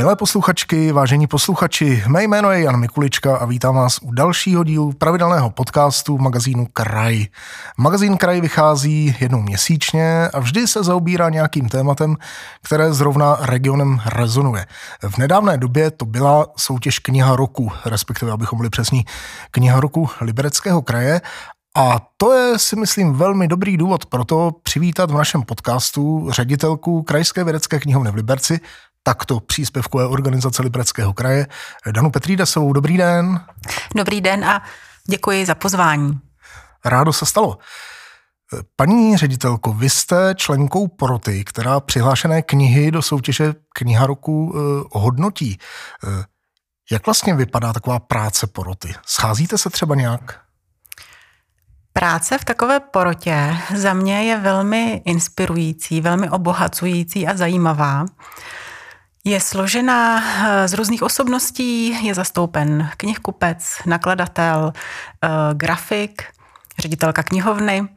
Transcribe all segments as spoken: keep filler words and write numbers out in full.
Milé posluchačky, vážení posluchači, mé jméno je Jan Mikulička a vítám vás u dalšího dílu pravidelného podcastu magazínu Kraj. Magazín Kraj vychází jednou měsíčně a vždy se zaobírá nějakým tématem, které zrovna regionem rezonuje. V nedávné době to byla soutěž Kniha roku, respektive, abychom byli přesní, Kniha roku Libereckého kraje. A to je, si myslím, velmi dobrý důvod pro to přivítat v našem podcastu ředitelku Krajské vědecké knihovny v Liberci, takto příspěvkové organizace Libereckého kraje, Danu Petřídasovou. Dobrý den. Dobrý den a děkuji za pozvání. Rádo se stalo. Paní ředitelko, vy jste členkou poroty, která přihlášené knihy do soutěže Kniha roku eh, hodnotí. Eh, jak vlastně vypadá taková práce poroty? Scházíte se třeba nějak? Práce v takové porotě za mě je velmi inspirující, velmi obohacující a zajímavá. Je složená z různých osobností, je zastoupen knihkupec, nakladatel, grafik, ředitelka knihovny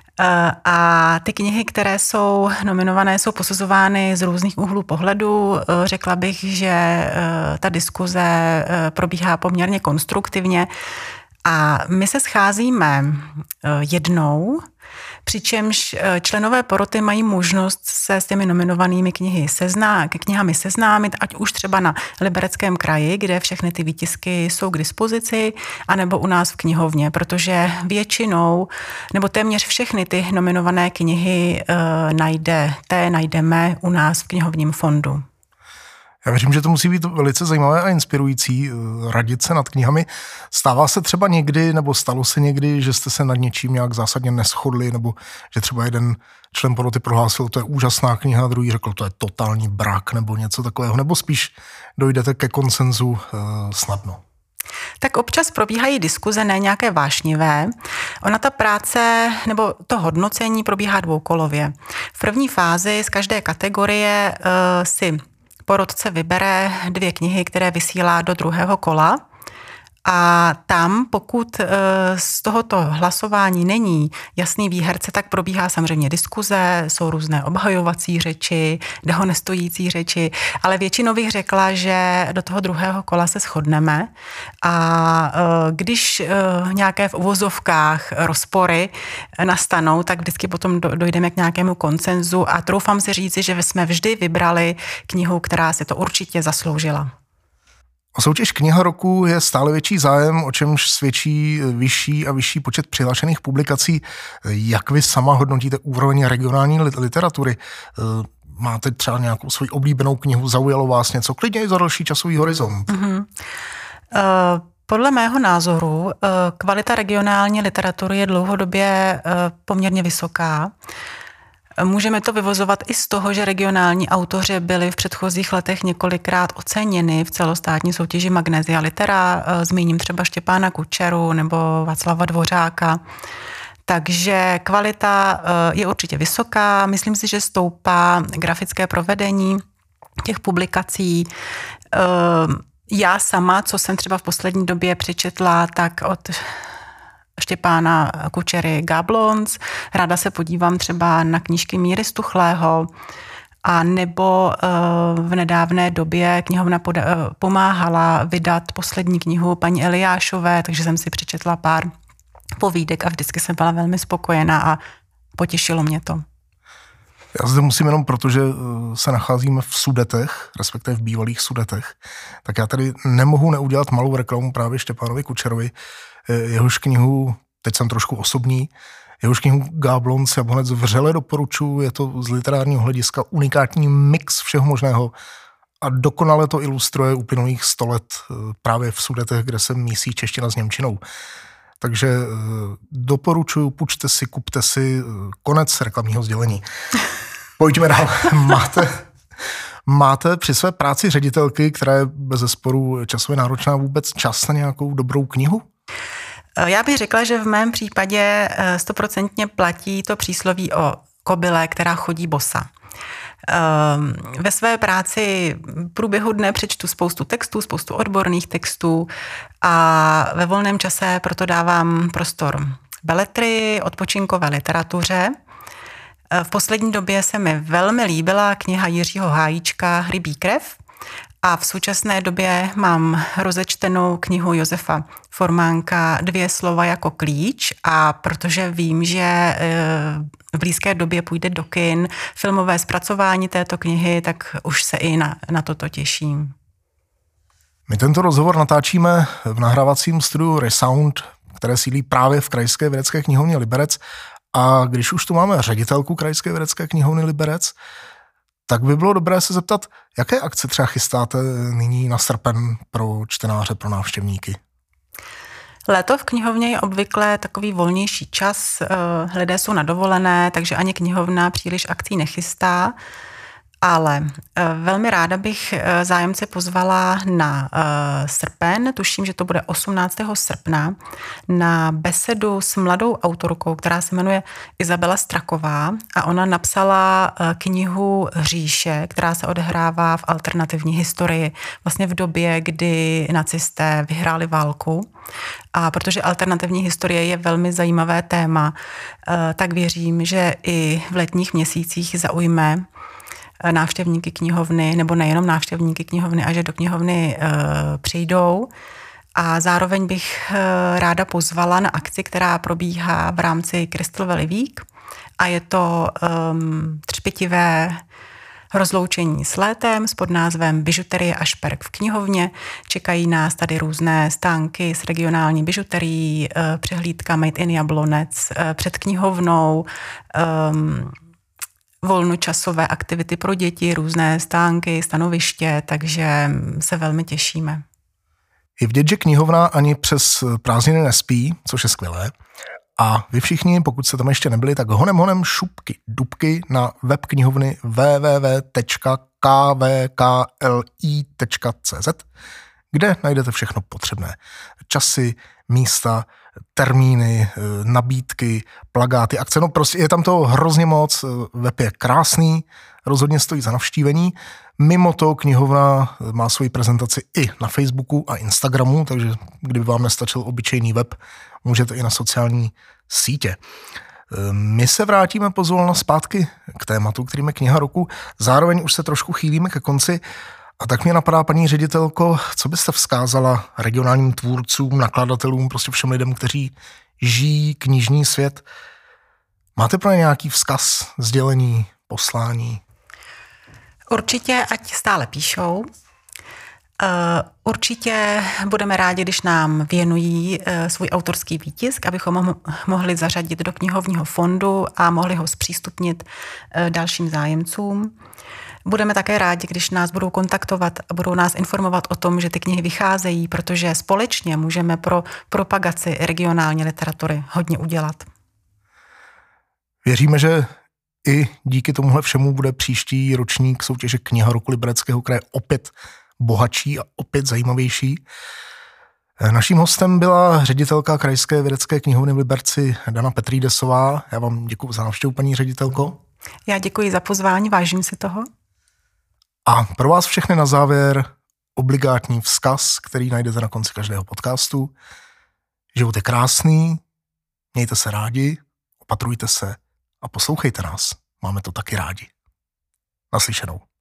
a ty knihy, které jsou nominované, jsou posuzovány z různých úhlů pohledu. Řekla bych, že ta diskuze probíhá poměrně konstruktivně a my se scházíme jednou, přičemž členové poroty mají možnost se s těmi nominovanými knihy sezná, knihami seznámit, ať už třeba na Libereckém kraji, kde všechny ty výtisky jsou k dispozici, anebo u nás v knihovně, protože většinou, nebo téměř všechny ty nominované knihy e, najdete, najdeme u nás v knihovním fondu. Já věřím, že to musí být velice zajímavé a inspirující, radit se nad knihami. Stává se třeba někdy, nebo stalo se někdy, že jste se nad něčím nějak zásadně neshodli, nebo že třeba jeden člen poroty prohlásil, to je úžasná kniha, a druhý řekl, to je totální brak, nebo něco takového, nebo spíš dojdete ke konsenzu uh, snadno? Tak občas probíhají diskuze, ne nějaké vášnivé. Ona ta práce nebo to hodnocení probíhá dvoukolově. V první fázi z každé kategorie uh, si porotce vybere dvě knihy, které vysílá do druhého kola a tam, pokud z tohoto hlasování není jasný výherce, tak probíhá samozřejmě diskuze, jsou různé obhajovací řeči, dehonestující řeči, ale většinou bych řekla, že do toho druhého kola se shodneme a když nějaké v uvozovkách rozpory nastanou, tak vždycky potom dojdeme k nějakému konsenzu a troufám si říci, že jsme vždy vybrali knihu, která si to určitě zasloužila. O soutěž Kniha roku je stále větší zájem, o čemž svědčí vyšší a vyšší počet přihlášených publikací. Jak vy sama hodnotíte úroveň regionální literatury? Máte třeba nějakou svoji oblíbenou knihu, zaujalo vás něco, klidně i za další časový horizont? Mm-hmm. Uh... Podle mého názoru kvalita regionální literatury je dlouhodobě poměrně vysoká. Můžeme to vyvozovat i z toho, že regionální autoři byli v předchozích letech několikrát oceněni v celostátní soutěži Magnesia Litera. Zmíním třeba Štěpána Kučeru nebo Václava Dvořáka. Takže kvalita je určitě vysoká. Myslím si, že stoupá grafické provedení těch publikací. Já sama, co jsem třeba v poslední době přečetla, tak od Štěpána Kučery Gablons, ráda se podívám třeba na knížky Míry Stuchlého, a nebo v nedávné době knihovna pomáhala vydat poslední knihu paní Eliášové, takže jsem si přečetla pár povídek a vždycky jsem byla velmi spokojená a potěšilo mě to. Já zde musím jenom, protože se nacházíme v Sudetech, respektive v bývalých Sudetech, tak já tady nemohu neudělat malou reklamu právě Štěpánovi Kučerovi. Jehož knihu, teď jsem trošku osobní, jehož knihu Gablons Jablonec vřele doporučuji, je to z literárního hlediska unikátní mix všeho možného a dokonale to ilustruje uplynulých sto let právě v Sudetech, kde se mísí čeština s němčinou. Takže doporučuji, půjčte si, kupte si, konec reklamního sdělení. Pojďme dál. Máte, máte při své práci ředitelky, která je bezesporu časově náročná, vůbec čas na nějakou dobrou knihu? Já bych řekla, že v mém případě stoprocentně platí to přísloví o kobyle, která chodí bosa. Ve své práci v průběhu dne přečtu spoustu textů, spoustu odborných textů a ve volném čase proto dávám prostor beletrii, odpočinkové literatuře. V poslední době se mi velmi líbila kniha Jiřího Hájíčka Rybí krev A v současné době mám rozečtenou knihu Josefa Formánka Dvě slova jako klíč a protože vím, že v blízké době půjde do kin filmové zpracování této knihy, tak už se i na, na toto těším. My tento rozhovor natáčíme v nahrávacím studiu Resound, které sídlí právě v Krajské vědecké knihovně Liberec. A když už tu máme ředitelku Krajské vědecké knihovny Liberec, tak by bylo dobré se zeptat, jaké akce třeba chystáte nyní na srpen pro čtenáře, pro návštěvníky? Léto v knihovně je obvykle takový volnější čas, lidé jsou na dovolené, takže ani knihovna příliš akcí nechystá. Ale velmi ráda bych zájemce pozvala na srpen, tuším, že to bude osmnáctého srpna, na besedu s mladou autorkou, která se jmenuje Izabela Straková a ona napsala knihu Říše, která se odehrává v alternativní historii, vlastně v době, kdy nacisté vyhráli válku. A protože alternativní historie je velmi zajímavé téma, tak věřím, že i v letních měsících zaujme návštěvníky knihovny, nebo nejenom návštěvníky knihovny, a že do knihovny e, přijdou. A zároveň bych e, ráda pozvala na akci, která probíhá v rámci Crystal Valley Week. A je to e, třpětivé rozloučení s létem s podnázvem Bižuterie a šperk v knihovně. Čekají nás tady různé stánky s regionální bižuterií, e, přehlídka Made in Jablonec e, před knihovnou, e, volnočasové aktivity pro děti, různé stánky, stanoviště, takže se velmi těšíme. Je vidět, že knihovna ani přes prázdniny nespí, což je skvělé. A vy všichni, pokud jste tam ještě nebyli, tak honem honem šupky dubky na web knihovny w w w tečka k v k l i tečka c z, kde najdete všechno potřebné. Časy, místa, termíny, nabídky, plakáty, akce. No prostě je tam toho hrozně moc, web je krásný, rozhodně stojí za navštívení. Mimo to knihovna má svoji prezentaci i na Facebooku a Instagramu, takže kdyby vám nestačil obyčejný web, můžete i na sociální sítě. My se vrátíme pozvolna zpátky k tématu, kterým je kniha roku. Zároveň už se trošku chýlíme ke konci. A tak mě napadá, paní ředitelko, co byste vzkázala regionálním tvůrcům, nakladatelům, prostě všem lidem, kteří žijí knižní svět? Máte pro ně nějaký vzkaz, sdělení, poslání? Určitě, ať stále píšou. Určitě budeme rádi, když nám věnují svůj autorský výtisk, abychom ho mohli zařadit do knihovního fondu a mohli ho zpřístupnit dalším zájemcům. Budeme také rádi, když nás budou kontaktovat a budou nás informovat o tom, že ty knihy vycházejí, protože společně můžeme pro propagaci regionální literatury hodně udělat. Věříme, že i díky tomuhle všemu bude příští ročník soutěže Kniha roku Libereckého kraje opět bohatší a opět zajímavější. Naším hostem byla ředitelka Krajské vědecké knihovny v Liberci Dana Petrídesová. Já vám děkuji za návštěvu, paní ředitelko. Já děkuji za pozvání, vážím si toho. A pro vás všechny na závěr obligátní vzkaz, který najdete na konci každého podcastu. Život je krásný, mějte se rádi, opatrujte se a poslouchejte nás. Máme to taky rádi. Naslyšenou.